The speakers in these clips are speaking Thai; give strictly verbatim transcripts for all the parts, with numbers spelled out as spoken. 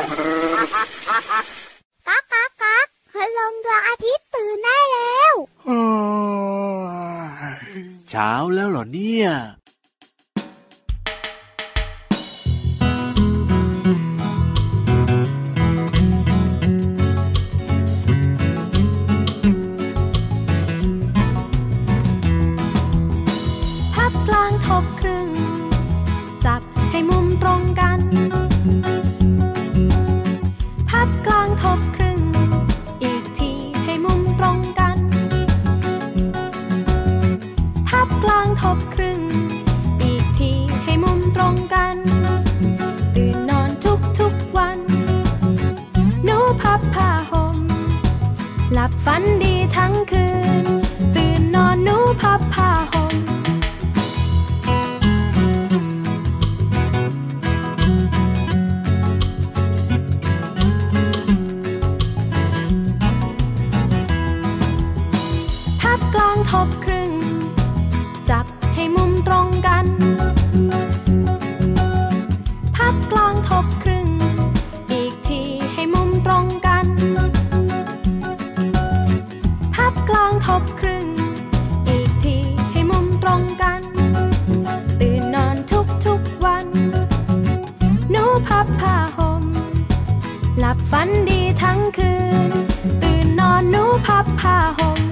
ก๊ากก๊ากก๊ากคืนลงดวงอาทิตย์ตื่นได้แล้วเช้าแล้วเหรอเนี่ยหลับฝันดีทั้งคืนตื่นนอนหนูพับผ้าห่มพับกลางทบครึ่งจับให้มุมตรงกันพับกลางทบครึ่งอีกทีให้มุมตรงกันกลางทบครึ่งอีกทีให้มุมตรงกันตื่นนอนทุกทุกวันหนูพับผ้าห่มหลับฝันดีทั้งคืนตื่นนอนหนูพับผ้าห่ม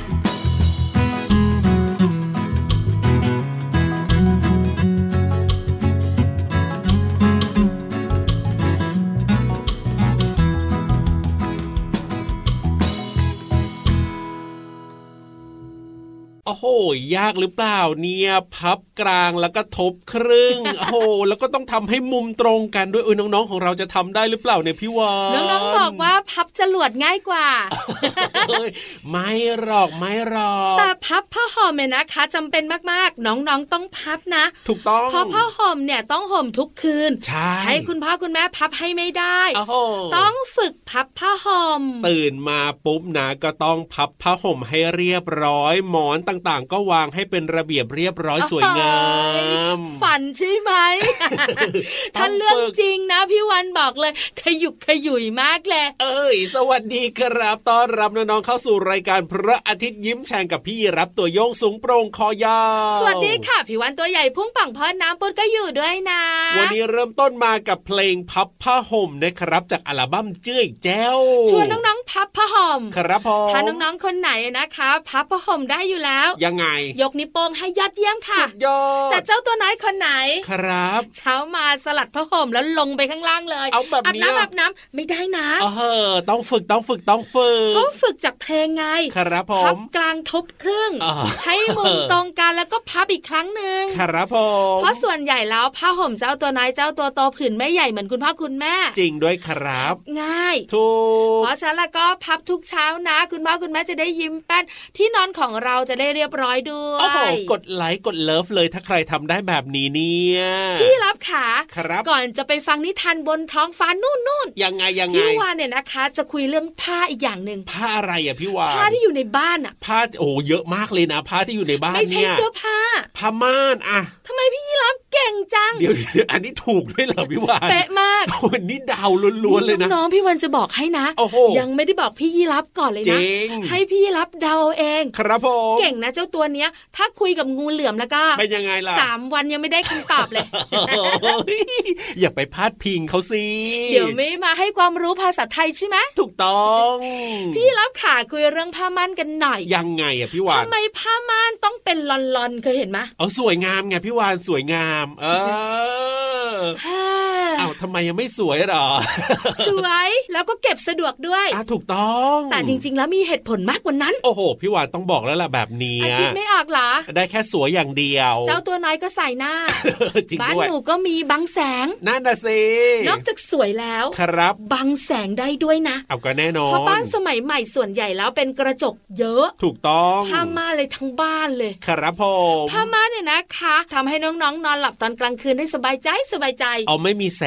โอ้โหยากหรือเปล่าเนี่ยพับกลางแล้วก็ทบครึ่ง โอ้โหแล้วก็ต้องทำให้มุมตรงกันด้วยเออน้องๆของเราจะทำได้หรือเปล่าเนี่ยพี่วานน้องๆบอกว่าพับจรวดง่ายกว่าไม่หรอกไม่หรอกแต่พับผ้าห่มเนี่ยนะคะจำเป็นมากๆน้องๆต้องพับนะถูกต้องเพราะผ้าห่มเนี่ยต้องห่มทุกคืนใช่ให้คุณพ่อคุณแม่พับให้ไม่ได้ต้องฝึกพับผ้าห่มตื่นมาปุ๊บนะก็ต้องพับผ้าห่มให้เรียบร้อยหมอนต่างๆก็วางให้เป็นระเบียบเรียบร้อยสวยงามฝันใช่ไหม ถ้าเรื่องจริงนะพี่วันบอกเลยขยุกขยุยมากเลยเอ้ยสวัสดีครับต้อนรับน้องๆเข้าสู่รายการพระอาทิตย์ยิ้มแฉ่งกับพี่รับตัวโยงสูงโปร่งคอยาวสวัสดีค่ะพี่วันตัวใหญ่พุ่งป่องพอน้ำปุดก็อยู่ด้วยนะวันนี้เริ่มต้นมากับเพลงพับผ้าห่มนะครับจากอัลบั้มเจ้ยแจ้วชวนน้องๆพับผ้าห่มครับผมถ้าน้องๆคนไหนนะคะพับผ้าห่มได้อยู่แล้วยังไงยกนิ้วโป้งให้ยอดเยี่ยมค่ะสุดยอดแต่เจ้าตัวน้อยคนไหนครับเช้ามาสลัดผ้าห่มแล้วลงไปข้างล่างเลยเอาแบบนี้อาบน้ำอาบน้ำไม่ได้นะเออต้องฝึกต้องฝึกต้องฝึกก็ฝึกจากเพลงไงครับผมพับกลางทบครึ่งให้มุมตรงกันแล้วก็พับอีกครั้งนึงครับผมเพราะส่วนใหญ่แล้วผ้าห่มเจ้าตัวน้อยเจ้าตัวโตผืนไม่ใหญ่เหมือนคุณพ่อคุณแม่จริงด้วยครับง่ายถูกเพราะฉะนั้นแล้วก็พับทุกเช้านะคุณพ่อคุณแม่จะได้ยิ้มแป้นที่นอนของเราจะได้เรียบร้อยด้วยโอ้โหกดไลค์กดเลิฟเลยถ้าใครทำได้แบบนี้เนี่ยพี่รับขาครับก่อนจะไปฟังนิทานบนท้องฟ้านู่นนู่นยังไงยังไงพี่วานเนี่ยนะคะจะคุยเรื่องผ้าอีกอย่างหนึ่งผ้าอะไรอ่ะพี่วานผ้าที่อยู่ในบ้านอ่ะผ้าโอ้เยอะมากเลยนะผ้าที่อยู่ในบ้านเนี่ยไม่ใช่เสื้อผ้าผ้าม่านอ่ะทำไมพี่รับเก่งจังเดี๋ยวอันนี้ถูกด้วยเหรอพี่วานเป๊ะมากวันนี้ดาวล้วนๆเลยนะน้องพี่วานจะบอกให้นะยังไม่ได้บอกพี่ยีรับก่อนเลยนะให้พี่ยีรับเดาเองครับผมเก่งนะเจ้าตัวเนี้ยถ้าคุยกับงูเหลือมแล้วก็เป็นยังไงล่ะสามวันยังไม่ได้คำตอบเลยอย่าไปพาดพิงเขาสิเดี๋ยวไม่มาให้ความรู้ภาษาไทยใช่ไหมถูกต้องพี่รับขาคุยเรื่องผ้าม่านกันหน่อยยังไงอ่ะพี่วานทำไมผ้าม่านต้องเป็นลอนๆเคยเห็นไหมเอาสวยงามไงพี่วานสวยงามเอออ้าวทำไมยังไม่สวยหรอสวยแล้วก็เก็บสะดวกด้วยอ่ะถูกต้องแต่จริงๆแล้วมีเหตุผลมากกว่านั้นโอ้โหพี่วานต้องบอกแล้วล่ะแบบนี้คิดไม่ออกเหรอได้แค่สวยอย่างเดียวเจ้าตัวน้อยก็ใส่หน้าบ้านหนูก็มีบังแสงนั่นน่ะสินอกจากสวยแล้วครับบังแสงได้ด้วยนะเอาก็แน่นอนเพราะบ้านสมัยใหม่ส่วนใหญ่แล้วเป็นกระจกเยอะถูกต้องผ้าม่านเลยทั้งบ้านเลยครับผมผ้าม่านเนี่ยนะคะทำให้น้องๆนอนหลับตอนกลางคืนได้สบายใจสบายใจเอาไม่มีแส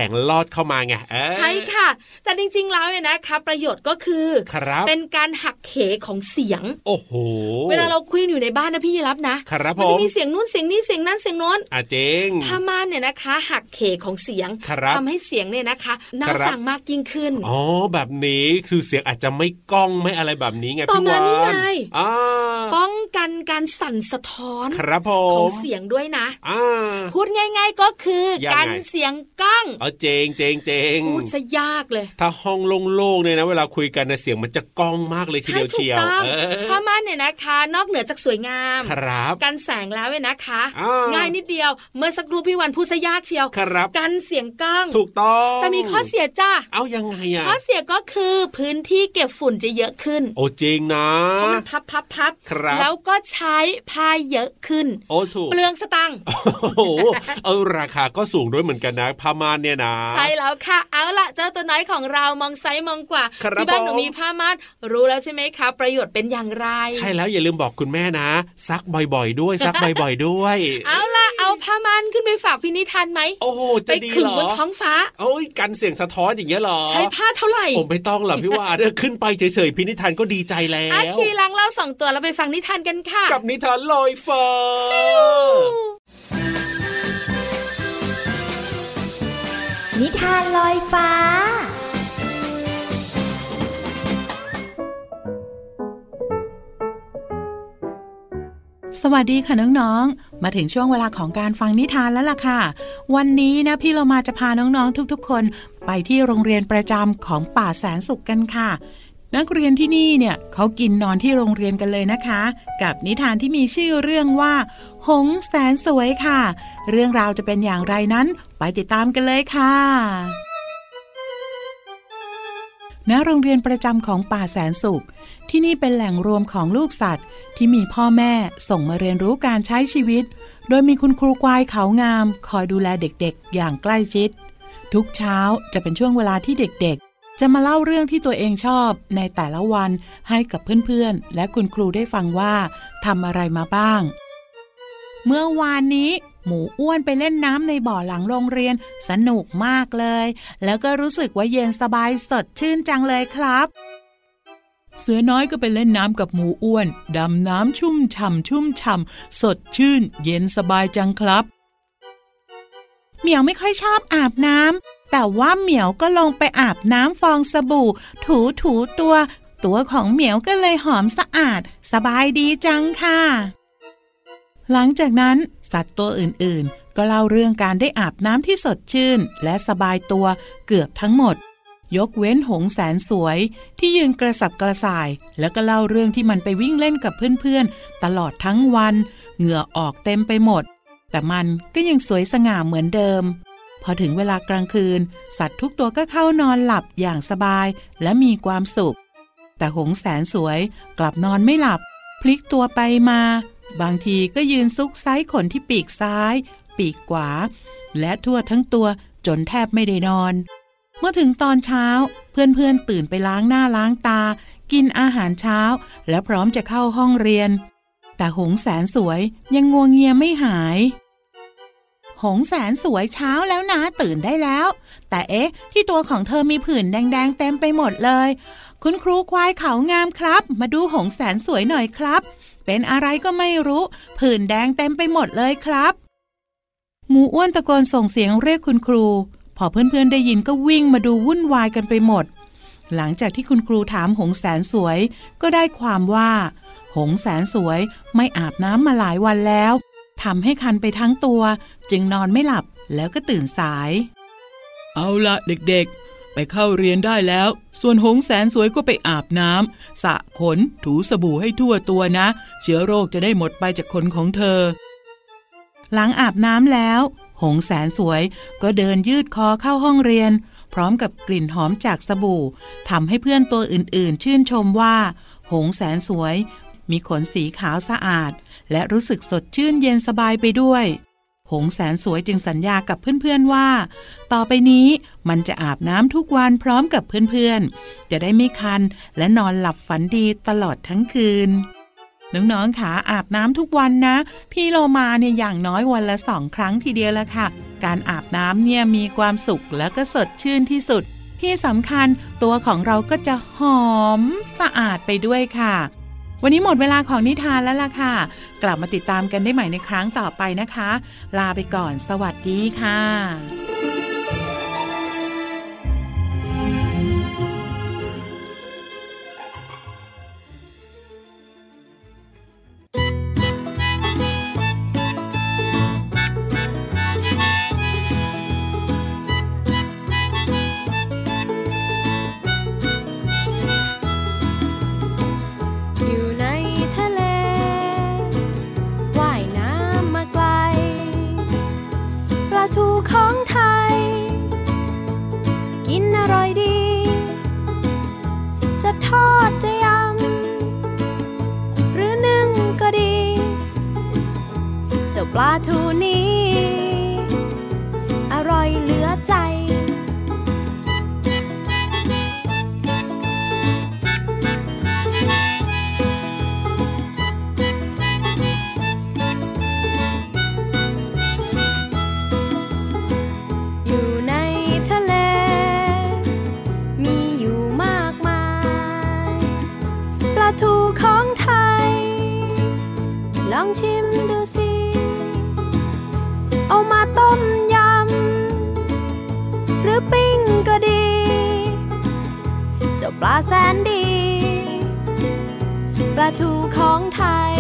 งลอดเข้ามาไงใช่ค่ะแต่จริงๆแล้วเนี่ยนะคะประโยชน์ก็คือเป็นการหักเหของเสียงโอ้โหเวลาเราคุยอยู่ในบ้านนะพี่ยีรับนะครับมันจะมีเสียงนู้นเสียงนี้เสียงนั้นเสียงโน้นอ่ะเจ๋งผ้าม่านเนี่ยนะคะหักเหของเสียงทำให้เสียงเนี่ยนะคะน่าฟังมากยิ่งขึ้นอ๋อแบบนี้คือเสียงอาจจะไม่ก้องไม่อะไรแบบนี้ไงพี่วานต่อมานี่ไงป้องกันการสั่นสะท้อนของเสียงด้วยนะพูดง่ายๆก็คือการเสียงก้องอ๋อเจ๋งเจ๋งเจ๋งพูดซะยากเลยถ้าห้องโล่งๆเนี่ยนะเวลาคุยกันนะเสียงมันจะก้องมากเลยทีเดียวเชียวผ้าม่านเนี่ยนะคะนอกเหนือจากสวยงามกันแสงแล้วเนี่ยนะคะง่ายนิดเดียวเมื่อสักครู่พี่วันพูดซะยากเชียวกันเสียงก้องถูกต้องแต่มีข้อเสียจ้าเอายังไงอะข้อเสียก็คือพื้นที่เก็บฝุ่นจะเยอะขึ้นโอ้จริงนะเพราะมันพับพับพับแล้วก็ใช้ผ้าเยอะขึ้นโอ้ถูกเปลืองสตังค์โอ้โหเออราคาก็สูงด้วยเหมือนกันนะผ้าม่านเนี่ยนะใช่แล้วค่ะเอาล่ะเจ้าตัวน้อยของเรามองไซส์มองกว่าที่บ้านหนูมีผ้าม่านรู้แล้วใช่ไหมคะประโยชน์เป็นอย่างไรใช่แล้วอย่าลืมบอกคุณแม่นะซักบ่อยๆด้วยซักบ่อยๆด้วยเอาล่ะเอาผ้าม่านขึ้นไปฝากพี่นิทานไหมโอ้โหจะดีเหรอไปขึงบนท้องฟ้าโอ้ยกันเสียงสะท้อนอย่างเงี้ยหรอใช้ผ้าเท่าไหร่ผมไม่ต้องหรอกพี่ว่าเดินขึ้นไปเฉยๆพี่นิทานก็ดีใจแล้วอาคีล้างเล่าสองตัวแล้วไปฟังนิทานกันค่ะกับนิทานลอยฟ้านิทานลอยฟ้าสวัสดีค่ะน้องๆมาถึงช่วงเวลาของการฟังนิทานแล้วล่ะค่ะวันนี้นะพี่เรามาจะพาน้องๆทุกๆคนไปที่โรงเรียนประจำของป่าแสนสุขกันค่ะนักเรียนที่นี่เนี่ยเขากินนอนที่โรงเรียนกันเลยนะคะกับนิทานที่มีชื่อเรื่องว่าหงส์แสนสวยค่ะเรื่องราวจะเป็นอย่างไรนั้นไปติดตามกันเลยค่ะณโรงเรียนประจำของป่าแสนสุขที่นี่เป็นแหล่งรวมของลูกสัตว์ที่มีพ่อแม่ส่งมาเรียนรู้การใช้ชีวิตโดยมีคุณครูควายเขางามคอยดูแลเด็กๆอย่างใกล้ชิดทุกเช้าจะเป็นช่วงเวลาที่เด็กๆจะมาเล่าเรื่องที่ตัวเองชอบในแต่ละวันให้กับเพื่อนๆและคุณครูได้ฟังว่าทำอะไรมาบ้างเมื่อวานนี้หมูอ้วนไปเล่นน้ำในบ่อหลังโรงเรียนสนุกมากเลยแล้วก็รู้สึกว่าเย็นสบายสดชื่นจังเลยครับเสือน้อยก็ไปเล่นน้ำกับหมูอ้วนดำน้ำชุ่มฉ่ำชุ่มฉ่ำสดชื่นเย็นสบายจังครับเหมียวไม่ค่อยชอบอาบน้ำแต่ว่าเหมียวก็ลงไปอาบน้ำฟองสบู่ถูถูตัวตัวของเหมียวก็เลยหอมสะอาดสบายดีจังค่ะหลังจากนั้นสัตว์ตัวอื่นๆก็เล่าเรื่องการได้อาบน้ำที่สดชื่นและสบายตัวเกือบทั้งหมดยกเว้นหงส์แสนสวยที่ยืนกระสับกระส่ายแล้วก็เล่าเรื่องที่มันไปวิ่งเล่นกับเพื่อนๆตลอดทั้งวันเหงื่อออกเต็มไปหมดแต่มันก็ยังสวยสง่าเหมือนเดิมพอถึงเวลากลางคืนสัตว์ทุกตัวก็เข้านอนหลับอย่างสบายและมีความสุขแต่หงส์แสนสวยกลับนอนไม่หลับพลิกตัวไปมาบางทีก็ยืนซุกไซขนที่ปีกซ้ายปีกขวาและทั่วทั้งตัวจนแทบไม่ได้นอนเมื่อถึงตอนเช้าเพื่อนๆตื่นไปล้างหน้าล้างตากินอาหารเช้าและพร้อมจะเข้าห้องเรียนแต่หงส์แสนสวยยังงัวเงียไม่หายหงส์แสนสวยเช้าแล้วนะตื่นได้แล้วแต่เอ๊ะที่ตัวของเธอมีผื่นแดงๆเต็มไปหมดเลยคุณครูควายเขางามครับมาดูหงส์แสนสวยหน่อยครับเป็นอะไรก็ไม่รู้ผื่นแดงเต็มไปหมดเลยครับหมูอ้วนตะโกนส่งเสียงเรียกคุณครูพอเพื่อนๆได้ยินก็วิ่งมาดูวุ่นวายกันไปหมดหลังจากที่คุณครูถามหงส์แสนสวยก็ได้ความว่าหงส์แสนสวยไม่อาบน้ำมาหลายวันแล้วทำให้คันไปทั้งตัวจึงนอนไม่หลับแล้วก็ตื่นสายเอาละเด็กๆไปเข้าเรียนได้แล้วส่วนหงส์แสนสวยก็ไปอาบน้ำสระขนถูสบู่ให้ทั่วตัวนะเชื้อโรคจะได้หมดไปจากขนของเธอหลังอาบน้ำแล้วหงส์แสนสวยก็เดินยืดคอเข้าห้องเรียนพร้อมกับกลิ่นหอมจากสบู่ทำให้เพื่อนตัวอื่นๆชื่นชมว่าหงส์แสนสวยมีขนสีขาวสะอาดและรู้สึกสดชื่นเย็นสบายไปด้วยหงส์แสนสวยจึงสัญญากับเพื่อนๆว่าต่อไปนี้มันจะอาบน้ำทุกวันพร้อมกับเพื่อนๆจะได้ไม่คันและนอนหลับฝันดีตลอดทั้งคืนน้องๆค่ะอาบน้ำทุกวันนะพี่โลมาเนี่ยอย่างน้อยวันละสองครั้งทีเดียวละค่ะการอาบน้ำเนี่ยมีความสุขแล้วก็สดชื่นที่สุดที่สำคัญตัวของเราก็จะหอมสะอาดไปด้วยค่ะวันนี้หมดเวลาของนิทานแล้วล่ะค่ะกลับมาติดตามกันได้ใหม่ในครั้งต่อไปนะคะลาไปก่อนสวัสดีค่ะของไทยกินอร่อยดีจะทอดจะยำหรือนึ่งก็ดีเจ้าปลาทูนี้อร่อยเหลือใจลองชิมดูสิเอามาต้มยำหรือปิ้งก็ดีเจ้าปลาแสนดีปลาทูของไทย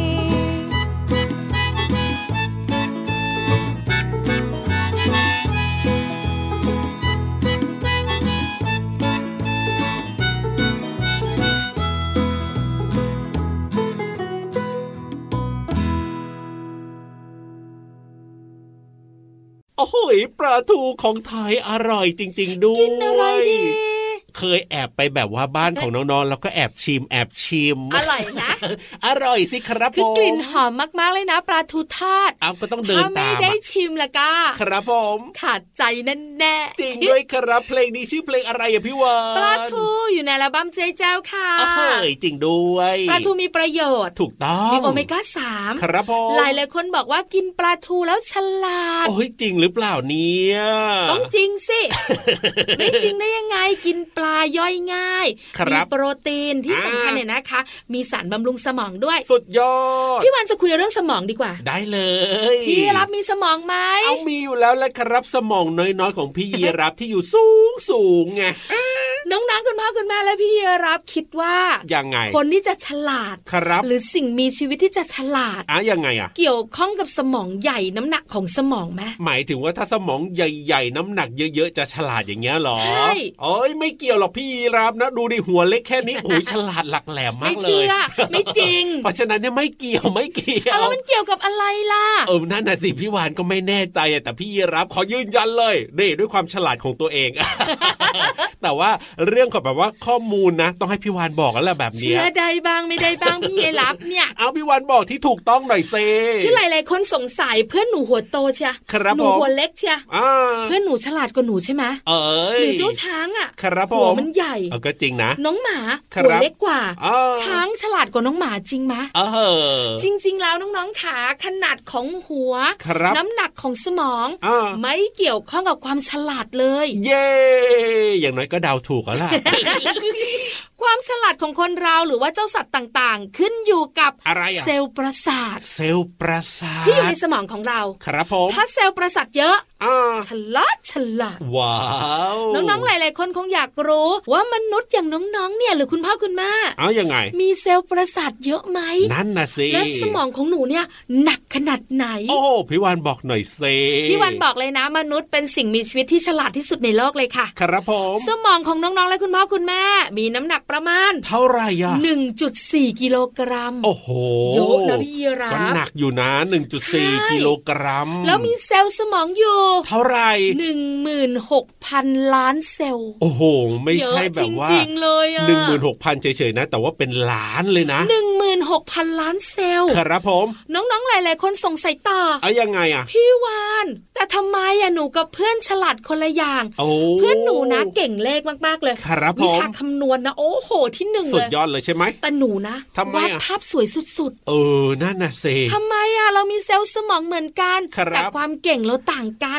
โอ้โหปลาทูของไทยอร่อยจริงๆด้วยกินอะไรดีเคยแอบไปแบบว่าบ้านของน้องๆแล้วก็แอบชิมแอบชิมอร่อยนะอร่อยสิครับผมคือกลิ่นหอมมากๆเลยนะปลาทูทอดเอาก็ต้องเดินตามถ้าไม่ได้ชิมละก็ครับผมขาดใจแน่ๆจริงด้วยครับเพลงนี้ชื่อเพลงอะไรอะพี่วานปลาทูอยู่ในอัลบั้มเจ๊เจ้าค่ะเฮ้ยจริงด้วยปลาทูมีประโยชน์ถูกต้องมีโอเมก้าสามครับผมหลายหลายคนบอกว่ากินปลาทูแล้วฉลาดโอ้ยจริงหรือเปล่าเนี่ยต้องจริงสิ ไม่จริงได้ยังไงกินปลาย่อยง่ายมีโปรตีนที่สำคัญเนี่ยนะคะมีสารบำรุงสมองด้วยสุดยอดพี่วันจะคุยเรื่องสมองดีกว่าได้เลยพี่รับมีสมองไหมเอามีอยู่แล้วแหละครับสมองน้อยๆของพี่ยีรับที่อยู่สูงสูงไงน้องๆคุณพ่อคุณแม่และพี่ยีรับคิดว่ายังไงคนที่จะฉลาดครับหรือสิ่งมีชีวิตที่จะฉลาดอ่ะยังไงอ่ะเกี่ยวข้องกับสมองใหญ่น้ำหนักของสมองไหมหมายถึงว่าถ้าสมองใหญ่ๆน้ำหนักเยอะๆจะฉลาดอย่างเงี้ยหรอใช่โอ้ยไม่เกี่ยวหรอกพี่ยีรับนะดูดิหัวเล็กแค่นี้โอ้ยฉลาดหลักแหลมมากเลยไม่เชื่อไม่จริงเพราะฉะนั้นเนี่ยไม่เกี่ยวไม่เกี่ยวแล้วมันเกี่ยวกับอะไรล่ะเออนั่นน่ะสิพี่วานก็ไม่แน่ใจแต่พี่ยีรับขอยืนยันเลยนี่ด้วยความฉลาดของตัวเอง แต่ว่าเรื่องของแบบว่าข้อมูลนะต้องให้พี่วานบอกแล้วแหละแบบนี้เชื่อได้บ้างไม่ได้บ้างพี่ยีรับเนี่ยเอาพี่วานบอกที่ถูกต้องหน่อยเซที่หลายๆคนสงสัยเพื่อนหนูหัวโตเชียหนูหัวเล็กเชียเพื่อนหนูฉลาดกว่าหนูใช่ไหมเอ้ยหรือเจ้าช้างอ่ะหัวมันใหญ่เออก็จริงนะน้องหมาหัวเล็กกว่าช้างฉลาดกว่าน้องหมาจริงไหมจริงๆแล้วน้องๆขาขนาดของหัวน้ำหนักของสมองไม่เกี่ยวข้องกับความฉลาดเลยเย่อย่างน้อยก็เดาถูกแล้วล่ะความฉลาดของคนเราหรือว่าเจ้าสัตว์ต่างๆขึ้นอยู่กับเซลล์ประสาทเซลล์ประสาทที่อยู่ในสมองของเราครับผมถ้าเซลล์ประสาทเยอะฉลาดฉลาดว้าวน้องๆหลายๆคนคงอยากรู้ว่ามนุษย์อย่างน้องๆเนี่ยหรือคุณพ่อคุณแม่เอายังไงมีเซลล์ประสาทเยอะไหมนั่นน่ะสิและสมองของหนูเนี่ยหนักขนาดไหนโอ้พี่วานบอกหน่อยเซพี่วานบอกเลยนะมนุษย์เป็นสิ่งมีชีวิตที่ฉลาดที่สุดในโลกเลยค่ะครับผมสมองของน้องๆและคุณพ่อคุณแม่มีน้ำหนักประมาณเท่าไหร่อะหนึ่งจุดสี่ กิโลกรัมโอ้โหเยอะนะพี่รับก็หนักอยู่นะ หนึ่งจุดสี่ กิโลกรัมแล้วมีเซลล์สมองอยู่เท่าไหร่หนึ่งหมื่นหกพัน ล้านเซลล์โอ้โหไม่ใช่แบบว่าจริงๆเลยอะ หนึ่งหมื่นหกพัน เฉยๆนะแต่ว่าเป็นล้านเลยนะหนึ่งหมื่นหกพัน ล้านเซลล์ครับผมน้องๆหลายๆคนสงสัยต่อเอายังไงอะพี่วานแต่ทำไมอะหนูกับเพื่อนฉลาดคนละอย่างเพื่อนหนูนะเก่งเลขมากๆเลยวิชาคำนวณนะโอ้โหที่หนึ่งเลยสุดยอดเลยใช่ไหมแต่หนูนะวาดภาพสวยสุดๆเออนั่นน่ะสิทำไมอะเรามีเซลล์สมองเหมือนกันแต่ความเก่งเราต่างกัน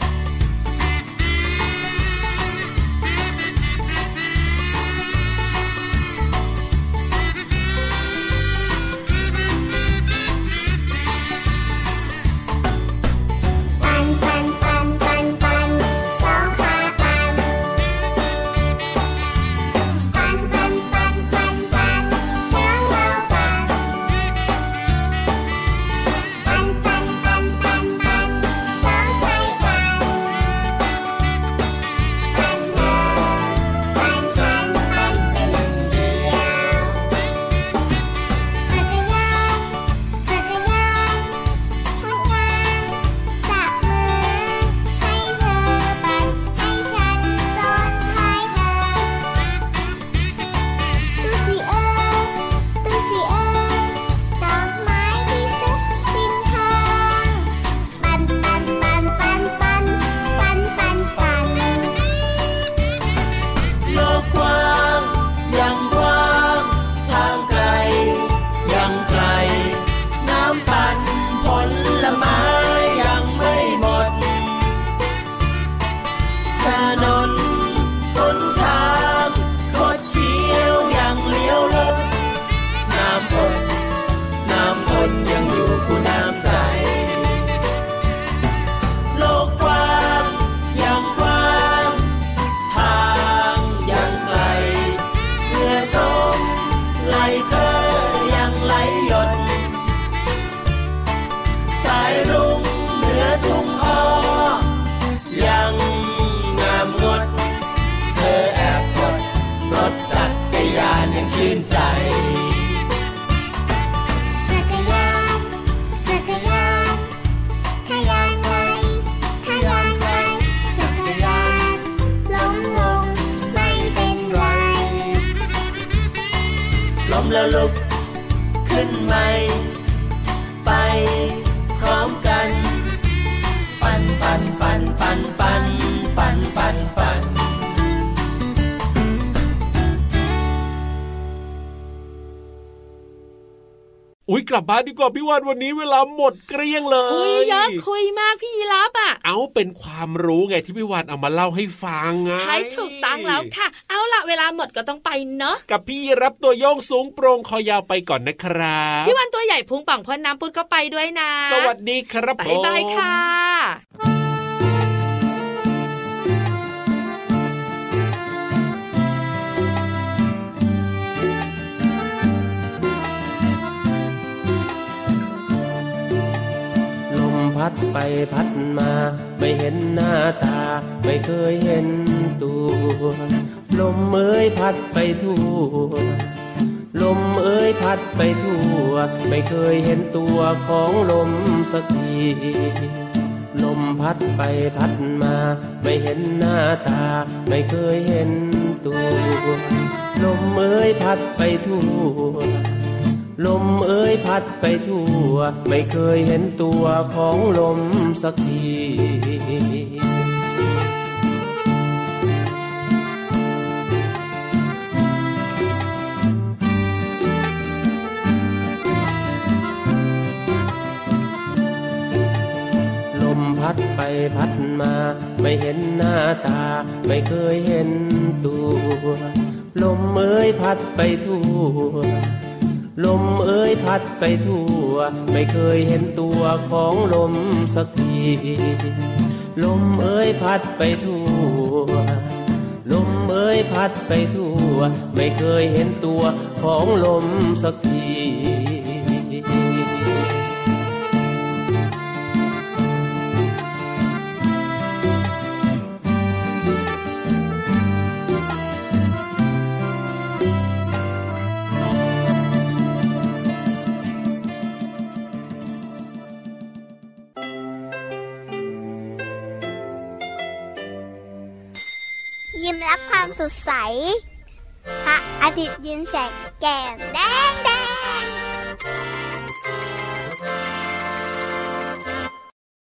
ลุกขึ้นใหม่ไปพร้อมกันปั่นปั่นปั่นปั่นปั่นปั่นปั่นปั่นอุ๊ยกลับบ้านดีกว่าพี่วานวันนี้เวลาหมดเกลี้ยงเลยคุยเยอะคุยมากพี่ยีรับอ่ะเอาเป็นความรู้ไงที่พี่วานเอามาเล่าให้ฟังไงใช่ถูกต้องแล้วค่ะเอาล่ะเวลาหมดก็ต้องไปเนาะกับพี่ยีรับตัวโยงสูงโปร่งคอยาวไปก่อนนะครับพี่วานตัวใหญ่พุงป่องพ่นน้ำปุดก็ไปด้วยนะสวัสดีครับบ๊ายบายค่ะพัดไปพัดมาไม่เห็นหน้าตาไม่เคยเห็นตัวลมเอ้ยพัดไปทั่วลมเอ้ยพัดไปทั่วไม่เคยเห็นตัวของลมสักทีลมพัดไปพัดมาไม่เห็นหน้าตาไม่เคยเห็นตัวลมเอ้ยพัดไปทั่วลมเอ้ยพัดไปทั่วไม่เคยเห็นตัวของลมสักทีลมพัดไปพัดมาไม่เห็นหน้าตาไม่เคยเห็นตัวลมเอ้ยพัดไปทั่วลมเอ้ยพัดไปทั่วไม่เคยเห็นตัวของลมสักทีลมเอ้ยพัดไปทั่วลมเอ้ยพัดไปทั่วไม่เคยเห็นตัวของลมสักทียิ้มรับความสดใสพระอาทิตย์ยิ้มแฉกแก้มแดงแดง